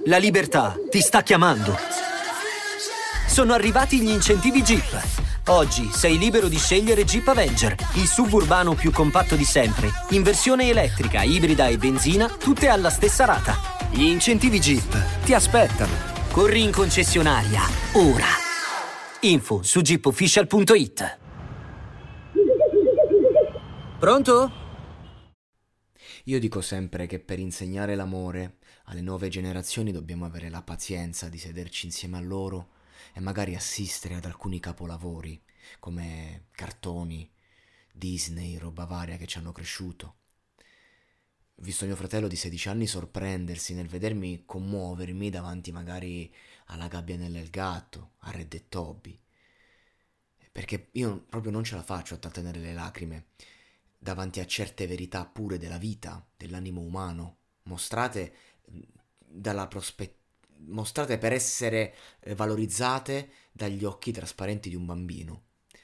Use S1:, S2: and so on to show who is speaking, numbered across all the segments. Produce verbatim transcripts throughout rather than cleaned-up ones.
S1: La libertà ti sta chiamando. Sono arrivati gli incentivi Jeep. Oggi sei libero di scegliere Jeep Avenger, il S U V urbano più compatto di sempre, in versione elettrica, ibrida e benzina, tutte alla stessa rata. Gli incentivi Jeep ti aspettano. Corri in concessionaria, ora. Info su jeep official punto it. Pronto?
S2: Io dico sempre che per insegnare l'amore alle nuove generazioni dobbiamo avere la pazienza di sederci insieme a loro e magari assistere ad alcuni capolavori come cartoni, Disney, roba varia che ci hanno cresciuto. Ho visto mio fratello di sedici anni sorprendersi nel vedermi commuovermi davanti magari alla Gabbia nel gatto, a Red e Toby, perché io proprio non ce la faccio a trattenere le lacrime davanti a certe verità pure della vita, dell'animo umano, mostrate dalla prospettiva, mostrate per essere valorizzate dagli occhi trasparenti di un bambino.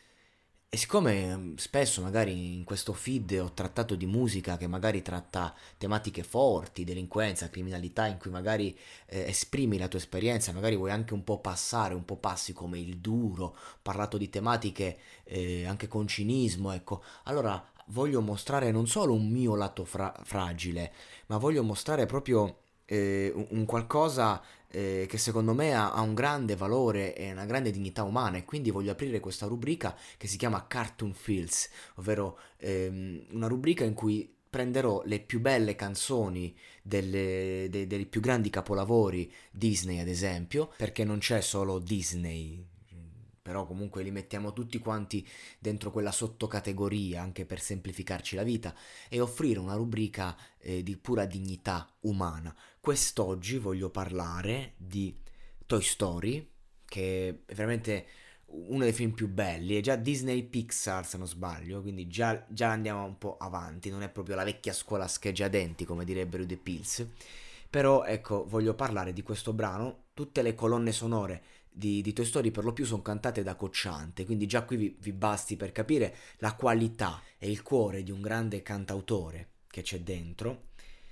S2: E siccome spesso magari in questo feed ho trattato di musica che magari tratta tematiche forti, delinquenza, criminalità, in cui magari eh, esprimi la tua esperienza, magari vuoi anche un po' passare, un po' passi come il duro, ho parlato di tematiche eh, anche con cinismo, ecco, allora voglio mostrare non solo un mio lato fra- fragile, ma voglio mostrare proprio eh, un, un qualcosa eh, che secondo me ha, ha un grande valore e una grande dignità umana, e quindi voglio aprire questa rubrica che si chiama Cartoon Fields, ovvero ehm, una rubrica in cui prenderò le più belle canzoni delle, dei, dei più grandi capolavori Disney, ad esempio, perché non c'è solo Disney, però comunque li mettiamo tutti quanti dentro quella sottocategoria anche per semplificarci la vita, e offrire una rubrica eh, di pura dignità umana. Quest'oggi voglio parlare di Toy Story, che è veramente uno dei film più belli, è già Disney Pixar se non sbaglio, quindi già, già andiamo un po' avanti, non è proprio la vecchia scuola scheggiadenti come direbbero i The Pills, però ecco, voglio parlare di questo brano. Tutte le colonne sonore di, di Toy Story per lo più sono cantate da Cocciante, quindi già qui vi, vi basti per capire la qualità e il cuore di un grande cantautore che c'è dentro.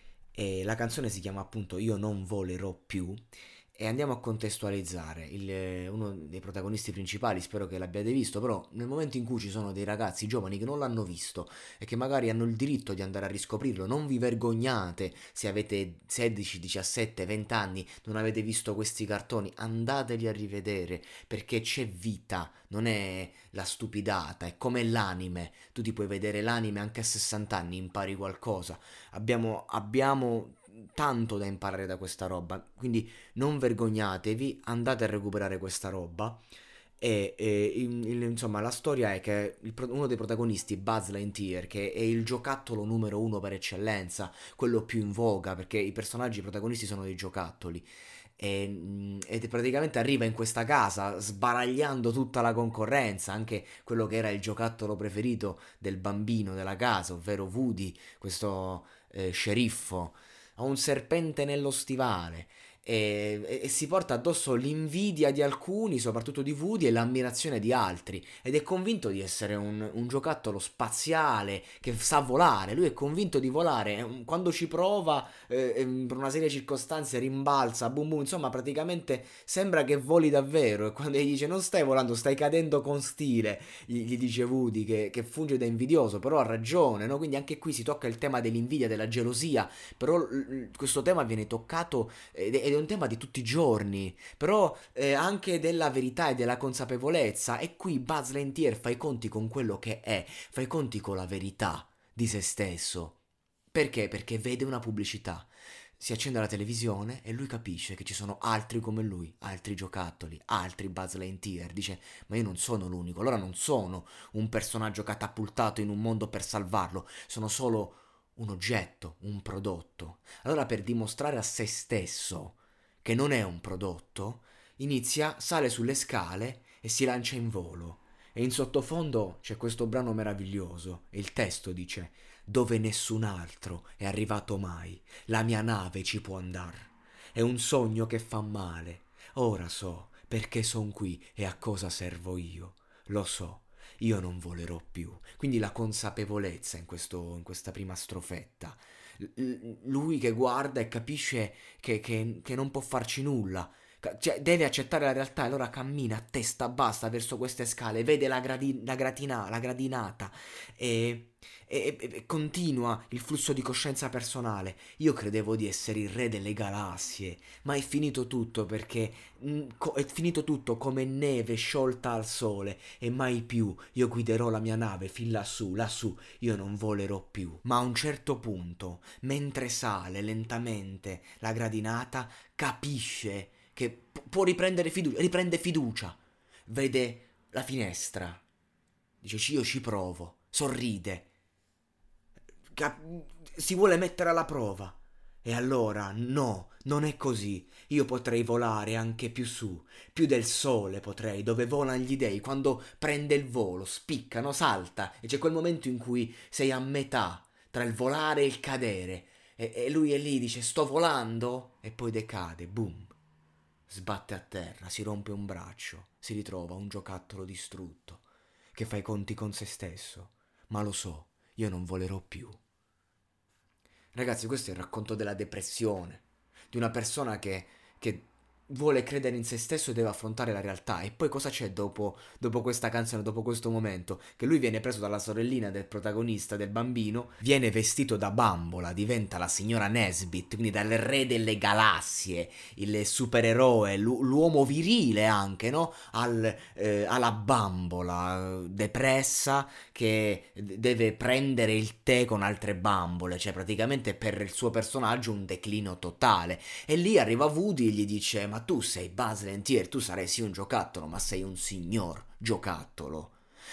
S2: E la canzone si chiama appunto Io non volerò più, e andiamo a contestualizzare il, uno dei protagonisti principali. Spero che l'abbiate visto, però nel momento in cui ci sono dei ragazzi giovani che non l'hanno visto e che magari hanno il diritto di andare a riscoprirlo, non vi vergognate se avete sedici, diciassette, venti anni, non avete visto questi cartoni, andateli a rivedere, perché c'è vita, non è la stupidata, è come l'anime. Tu ti puoi vedere l'anime anche a sessanta anni, impari qualcosa. Abbiamo, abbiamo tanto da imparare da questa roba, quindi non vergognatevi, andate a recuperare questa roba. E, e il- il- insomma la storia è che il pro- uno dei protagonisti, Buzz Lightyear, che è il giocattolo numero uno per eccellenza, quello più in voga, perché i personaggi protagonisti sono dei giocattoli, e, mm, ed praticamente arriva in questa casa sbaragliando tutta la concorrenza, anche quello che era il giocattolo preferito del bambino della casa, ovvero Woody, questo eh, sceriffo. Ha un serpente nello stivale, e, e- e si porta addosso l'invidia di alcuni, soprattutto di Woody, e l'ammirazione di altri, ed è convinto di essere un, un giocattolo spaziale che sa volare. Lui è convinto di volare, e, um, quando ci prova eh, ehm, per una serie di circostanze rimbalza, boom boom, insomma praticamente sembra che voli davvero, e quando gli dice non stai volando, stai cadendo con stile, gli, gli dice Woody, che, che funge da invidioso, però ha ragione, no? Quindi anche qui si tocca il tema dell'invidia, della gelosia, però l- l- questo tema viene toccato ed è ed è un tema di tutti i giorni, però eh, anche della verità e della consapevolezza. E qui Buzz Lightyear fa i conti con quello che è, fa i conti con la verità di se stesso. Perché? Perché vede una pubblicità. Si accende la televisione e lui capisce che ci sono altri come lui, altri giocattoli, altri Buzz Lightyear. Dice, ma io non sono l'unico, allora non sono un personaggio catapultato in un mondo per salvarlo, sono solo un oggetto, un prodotto. Allora, per dimostrare a se stesso che non è un prodotto, inizia, sale sulle scale e si lancia in volo. E in sottofondo c'è questo brano meraviglioso, e il testo dice: dove nessun altro è arrivato mai, la mia nave ci può andar. È un sogno che fa male, ora so perché son qui e a cosa servo io. Lo so, io non volerò più. Quindi la consapevolezza in, questo, in questa prima strofetta. L- lui che guarda e capisce che, che, che non può farci nulla. Cioè, deve accettare la realtà e allora cammina a testa bassa verso queste scale, vede la, gradi- la, gratina- la gradinata e, e, e, e continua il flusso di coscienza personale. Io credevo di essere il re delle galassie, ma è finito tutto perché mh, co- è finito tutto come neve sciolta al sole e mai più io guiderò la mia nave fin lassù, lassù, io non volerò più. Ma a un certo punto, mentre sale lentamente la gradinata, capisce che può riprendere fiducia, riprende fiducia, vede la finestra, dice io ci provo, sorride, Cap- si vuole mettere alla prova. E allora no, non è così, io potrei volare anche più su, più del sole potrei, dove volano gli dei, quando prende il volo, spiccano, salta, e c'è quel momento in cui sei a metà tra il volare e il cadere, e, e lui è lì, dice sto volando, e poi decade, boom. Sbatte a terra, si rompe un braccio, si ritrova un giocattolo distrutto, che fa i conti con se stesso. Ma lo so, io non volerò più. Ragazzi, questo è il racconto della depressione, di una persona che, che vuole credere in se stesso e deve affrontare la realtà. E poi cosa c'è dopo, dopo questa canzone, dopo questo momento? Che lui viene preso dalla sorellina del protagonista, del bambino, viene vestito da bambola, diventa la signora Nesbit, quindi dal re delle galassie, il supereroe, l'u- l'uomo virile anche, no? Al, eh, alla bambola depressa che deve prendere il tè con altre bambole, cioè praticamente per il suo personaggio un declino totale. E lì arriva Woody e gli dice ma tu sei Buzz Lightyear, tu saresti un giocattolo, ma sei un signor giocattolo.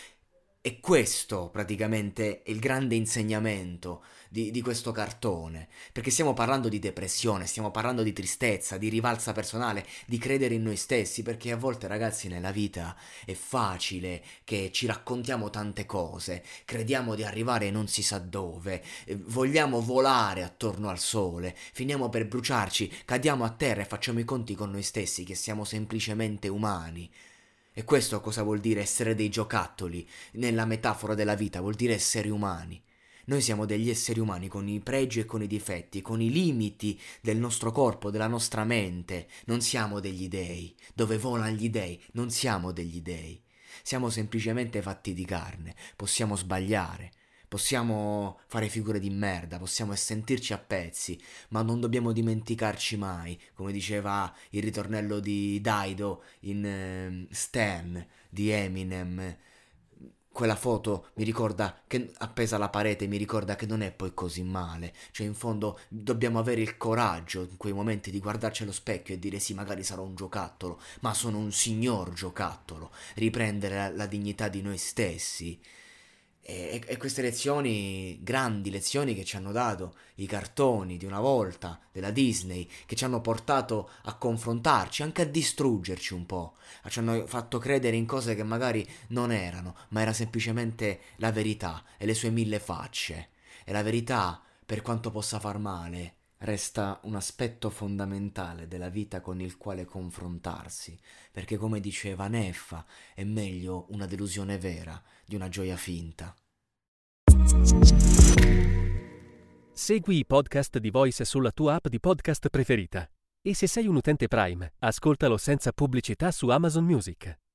S2: E questo praticamente è il grande insegnamento di, di questo cartone, perché stiamo parlando di depressione, stiamo parlando di tristezza, di rivalsa personale, di credere in noi stessi, perché a volte ragazzi nella vita è facile che ci raccontiamo tante cose, crediamo di arrivare non si sa dove, eh, vogliamo volare attorno al sole, finiamo per bruciarci, cadiamo a terra e facciamo i conti con noi stessi che siamo semplicemente umani. E questo cosa vuol dire essere dei giocattoli? Nella metafora della vita vuol dire esseri umani. Noi siamo degli esseri umani con i pregi e con i difetti, con i limiti del nostro corpo, della nostra mente. Non siamo degli dei. Dove volano gli dei, non siamo degli dei. Siamo semplicemente fatti di carne. Possiamo sbagliare. Possiamo fare figure di merda, possiamo sentirci a pezzi, ma non dobbiamo dimenticarci mai, come diceva il ritornello di Dido in eh, Stan di Eminem. Quella foto mi ricorda che appesa alla parete mi ricorda che non è poi così male, cioè in fondo dobbiamo avere il coraggio in quei momenti di guardarci allo specchio e dire sì magari sarò un giocattolo, ma sono un signor giocattolo, riprendere la, la dignità di noi stessi. E, e queste lezioni, grandi lezioni che ci hanno dato i cartoni di una volta, della Disney, che ci hanno portato a confrontarci, anche a distruggerci un po', ci hanno fatto credere in cose che magari non erano, ma era semplicemente la verità e le sue mille facce. E la verità, per quanto possa far male, resta un aspetto fondamentale della vita con il quale confrontarsi, perché come diceva Neffa, è meglio una delusione vera di una gioia finta.
S3: Segui i podcast di Voice sulla tua app di podcast preferita. E se sei un utente Prime, ascoltalo senza pubblicità su Amazon Music.